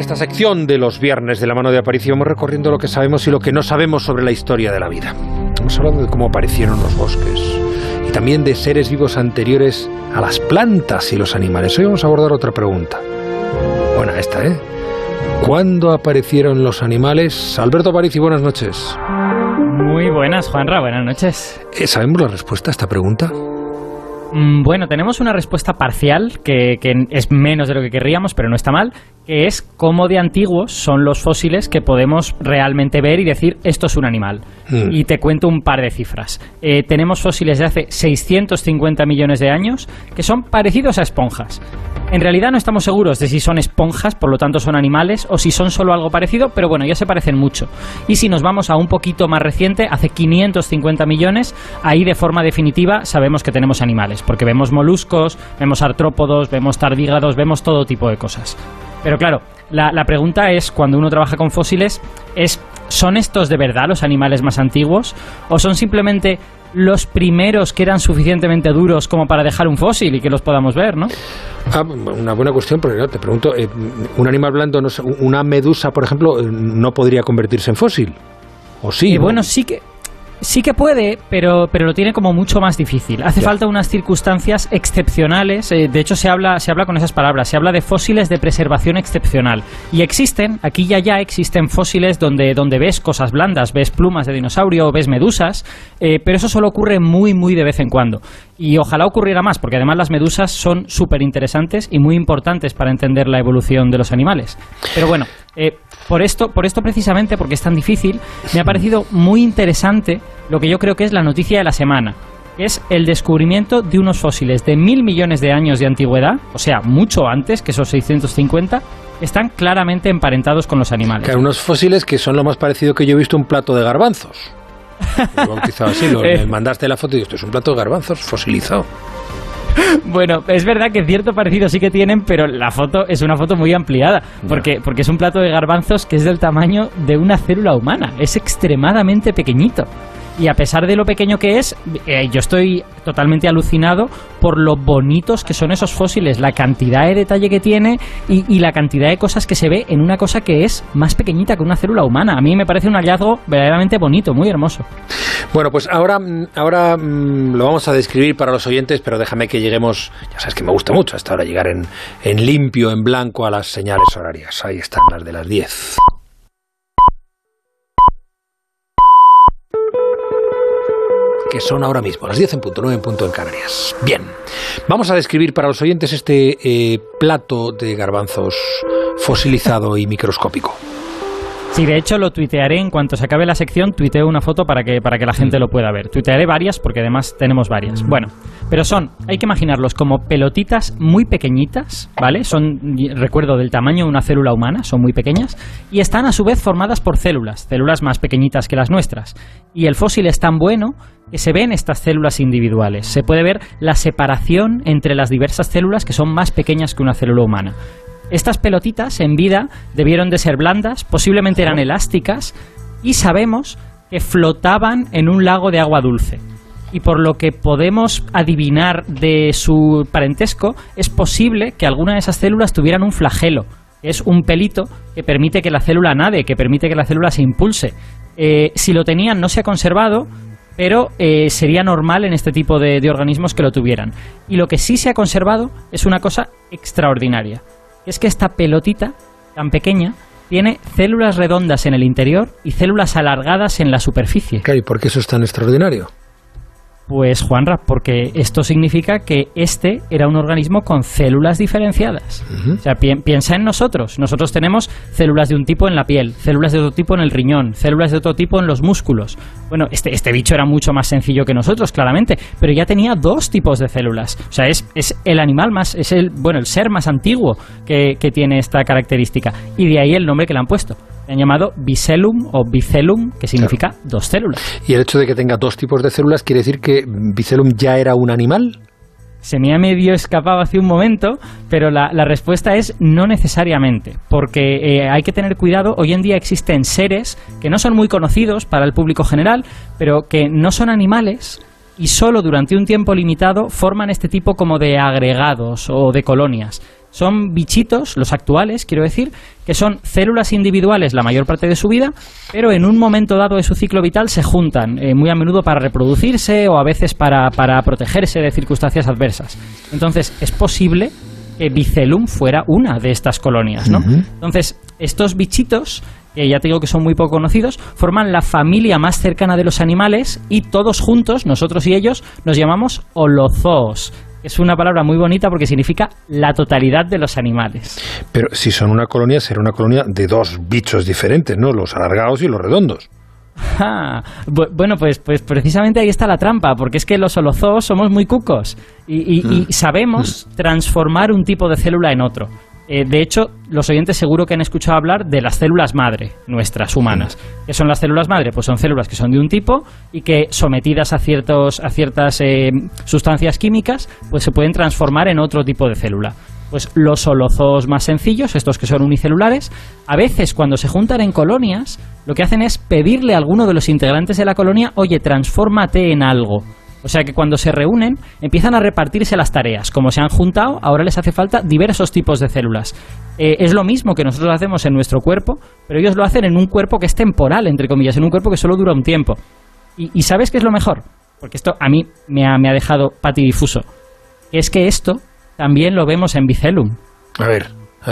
esta sección de los viernes de la mano de Aparicio, vamos recorriendo lo que sabemos y lo que no sabemos sobre la historia de la vida. Hemos hablado de cómo aparecieron los bosques y también de seres vivos anteriores a las plantas y los animales. Hoy vamos a abordar otra pregunta. Buena esta, ¿eh? ¿Cuándo aparecieron los animales? Alberto Aparicio, buenas noches. Muy buenas, Juanra, buenas noches. ¿Sabemos la respuesta a esta pregunta? Bueno, tenemos una respuesta parcial, que es menos de lo que querríamos, pero no está mal, que es cómo de antiguos son los fósiles que podemos realmente ver y decir, esto es un animal. Y te cuento un par de cifras. Tenemos fósiles de hace 650 millones de años que son parecidos a esponjas. En realidad no estamos seguros de si son esponjas, por lo tanto son animales, o si son solo algo parecido, pero bueno, ya se parecen mucho. Y si nos vamos a un poquito más reciente, hace 550 millones, ahí de forma definitiva sabemos que tenemos animales, porque vemos moluscos, vemos artrópodos, vemos tardígrados, vemos todo tipo de cosas. Pero claro, la pregunta es, cuando uno trabaja con fósiles, ¿son estos de verdad los animales más antiguos? ¿O son simplemente los primeros que eran suficientemente duros como para dejar un fósil y que los podamos ver, ¿no? Una buena cuestión, porque te pregunto, un animal blando, no sé, una medusa, por ejemplo, ¿no podría convertirse en fósil? ¿O sí? Bueno, sí que puede, pero lo tiene como mucho más difícil. Hace falta unas circunstancias excepcionales. De hecho, se habla con esas palabras. Se habla de fósiles de preservación excepcional. Y existen, aquí ya existen fósiles donde ves cosas blandas, ves plumas de dinosaurio, ves medusas, pero eso solo ocurre muy, muy de vez en cuando. Y ojalá ocurriera más, porque además las medusas son súper interesantes y muy importantes para entender la evolución de los animales. Pero bueno, por esto precisamente, porque es tan difícil, me ha parecido muy interesante lo que yo creo que es la noticia de la semana, que es el descubrimiento de unos fósiles de 1.000 millones de años de antigüedad, o sea, mucho antes que esos 650, que están claramente emparentados con los animales. Claro, unos fósiles que son lo más parecido que yo he visto a un plato de garbanzos. Lo he bautizado así, me mandaste la foto y digo, esto es un plato de garbanzos fosilizado. Bueno, es verdad que cierto parecido sí que tienen, pero la foto es una foto muy ampliada, porque es un plato de garbanzos que es del tamaño de una célula humana, es extremadamente pequeñito. Y a pesar de lo pequeño que es, yo estoy totalmente alucinado por lo bonitos que son esos fósiles, la cantidad de detalle que tiene y la cantidad de cosas que se ve en una cosa que es más pequeñita que una célula humana. A mí me parece un hallazgo verdaderamente bonito, muy hermoso. Bueno, pues ahora lo vamos a describir para los oyentes, pero déjame que lleguemos, ya sabes que me gusta mucho hasta ahora llegar en limpio, en blanco a las señales horarias. Ahí están las de las 10. Que son ahora mismo, las 10 en punto, 9 en punto en Canarias. Bien, vamos a describir para los oyentes este plato de garbanzos fosilizado y microscópico. Sí, de hecho lo tuitearé en cuanto se acabe la sección, tuiteo una foto para que la gente lo pueda ver. Tuitearé varias porque además tenemos varias. Bueno, pero hay que imaginarlos como pelotitas muy pequeñitas, ¿vale? Recuerdo, del tamaño de una célula humana, son muy pequeñas, y están a su vez formadas por células más pequeñitas que las nuestras. Y el fósil es tan bueno que se ven estas células individuales. Se puede ver la separación entre las diversas células que son más pequeñas que una célula humana. Estas pelotitas en vida debieron de ser blandas, posiblemente eran elásticas, y sabemos que flotaban en un lago de agua dulce. Y por lo que podemos adivinar de su parentesco, es posible que alguna de esas células tuvieran un flagelo, que es un pelito que permite que la célula nade, que permite que la célula se impulse. Si lo tenían, no se ha conservado, pero sería normal en este tipo de organismos que lo tuvieran. Y lo que sí se ha conservado es una cosa extraordinaria. Es que esta pelotita tan pequeña tiene células redondas en el interior y células alargadas en la superficie. ¿Y por qué eso es tan extraordinario? Pues, Juanra, porque esto significa que este era un organismo con células diferenciadas. O sea, piensa en nosotros. Nosotros tenemos células de un tipo en la piel, células de otro tipo en el riñón, células de otro tipo en los músculos. Bueno, este bicho era mucho más sencillo que nosotros, claramente, pero ya tenía dos tipos de células. O sea, es el animal más, el ser más antiguo que tiene esta característica. Y de ahí el nombre que le han puesto. Le han llamado Bicellum o Bicellum, que significa dos células. ¿Y el hecho de que tenga dos tipos de células quiere decir que Bicellum ya era un animal? Se me ha medio escapado hace un momento, pero la respuesta es no necesariamente, porque hay que tener cuidado. Hoy en día existen seres que no son muy conocidos para el público general, pero que no son animales y solo durante un tiempo limitado forman este tipo como de agregados o de colonias. Son bichitos, los actuales, quiero decir, que son células individuales la mayor parte de su vida, pero en un momento dado de su ciclo vital se juntan, muy a menudo para reproducirse o a veces para protegerse de circunstancias adversas. Entonces, es posible que Bicellum fuera una de estas colonias, ¿no? Entonces, estos bichitos, que ya te digo que son muy poco conocidos, forman la familia más cercana de los animales y todos juntos, nosotros y ellos, nos llamamos holozoos. Es una palabra muy bonita porque significa la totalidad de los animales. Pero si son una colonia, será una colonia de dos bichos diferentes, ¿no? Los alargados y los redondos. Bueno, pues precisamente ahí está la trampa, porque es que los holozoos somos muy cucos y sabemos transformar un tipo de célula en otro. De hecho, los oyentes seguro que han escuchado hablar de las células madre, nuestras humanas. ¿Qué son las células madre? Pues son células que son de un tipo y que, sometidas a ciertas sustancias químicas, pues se pueden transformar en otro tipo de célula. Pues los holozoos más sencillos, estos que son unicelulares, a veces cuando se juntan en colonias, lo que hacen es pedirle a alguno de los integrantes de la colonia, oye, transfórmate en algo. O sea que cuando se reúnen empiezan a repartirse las tareas. Como se han juntado, ahora les hace falta diversos tipos de células. Es lo mismo que nosotros hacemos en nuestro cuerpo, pero ellos lo hacen en un cuerpo que es temporal, entre comillas, en un cuerpo que solo dura un tiempo. ¿Y sabes qué es lo mejor? Porque esto a mí me ha dejado patidifuso. Es que esto también lo vemos en Bicellum. A ver,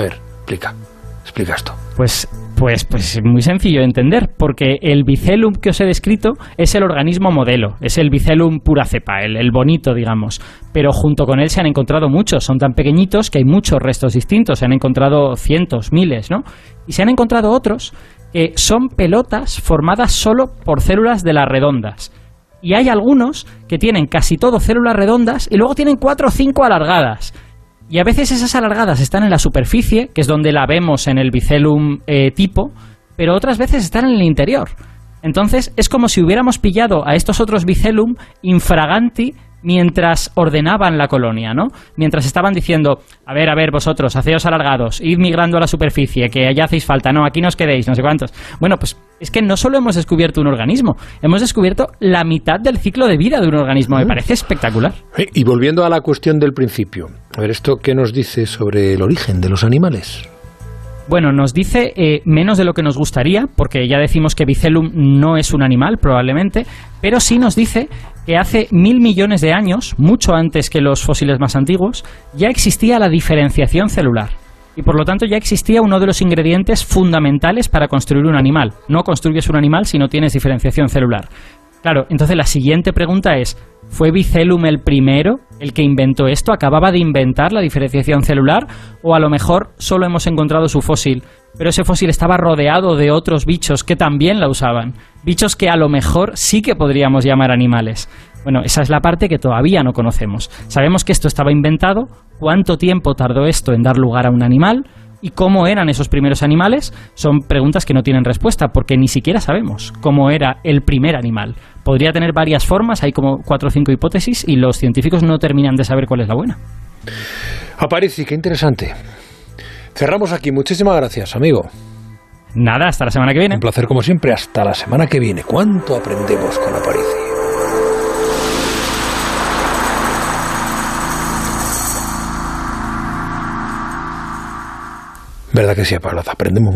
explica esto. Pues muy sencillo de entender, porque el Bicellum que os he descrito es el organismo modelo, es el Bicellum pura cepa, el bonito, digamos. Pero junto con él se han encontrado muchos, son tan pequeñitos que hay muchos restos distintos, se han encontrado cientos, miles, ¿no? Y se han encontrado otros que son pelotas formadas solo por células de las redondas. Y hay algunos que tienen casi todo células redondas y luego tienen 4 o 5 alargadas. Y a veces esas alargadas están en la superficie, que es donde la vemos en el Bicellum tipo, pero otras veces están en el interior. Entonces es como si hubiéramos pillado a estos otros Bicellum infraganti mientras ordenaban la colonia, ¿no? Mientras estaban diciendo, a ver, vosotros, haceos alargados, id migrando a la superficie, que allá hacéis falta, no, aquí no os quedéis, no sé cuántos. Bueno, pues es que no solo hemos descubierto un organismo, hemos descubierto la mitad del ciclo de vida de un organismo. Me parece espectacular. Y volviendo a la cuestión del principio, a ver, ¿esto qué nos dice sobre el origen de los animales? Bueno, nos dice menos de lo que nos gustaría, porque ya decimos que Bicellum no es un animal, probablemente, pero sí nos dice que hace 1.000 millones de años, mucho antes que los fósiles más antiguos, ya existía la diferenciación celular. Y por lo tanto ya existía uno de los ingredientes fundamentales para construir un animal. No construyes un animal si no tienes diferenciación celular. Claro, entonces la siguiente pregunta es, ¿fue Bicellum el primero, el que inventó esto? ¿Acababa de inventar la diferenciación celular? ¿O a lo mejor solo hemos encontrado su fósil, pero ese fósil estaba rodeado de otros bichos que también la usaban? Bichos que a lo mejor sí que podríamos llamar animales. Bueno, esa es la parte que todavía no conocemos. Sabemos que esto estaba inventado, cuánto tiempo tardó esto en dar lugar a un animal, y cómo eran esos primeros animales. Son preguntas que no tienen respuesta, porque ni siquiera sabemos cómo era el primer animal. Podría tener varias formas, hay como 4 o 5 hipótesis, y los científicos no terminan de saber cuál es la buena. Aparici, qué interesante. Cerramos aquí. Muchísimas gracias, amigo. Nada, hasta la semana que viene. Un placer como siempre. Hasta la semana que viene. ¿Cuánto aprendemos con Aparici? ¿Verdad que sí, Pablo? Aprendemos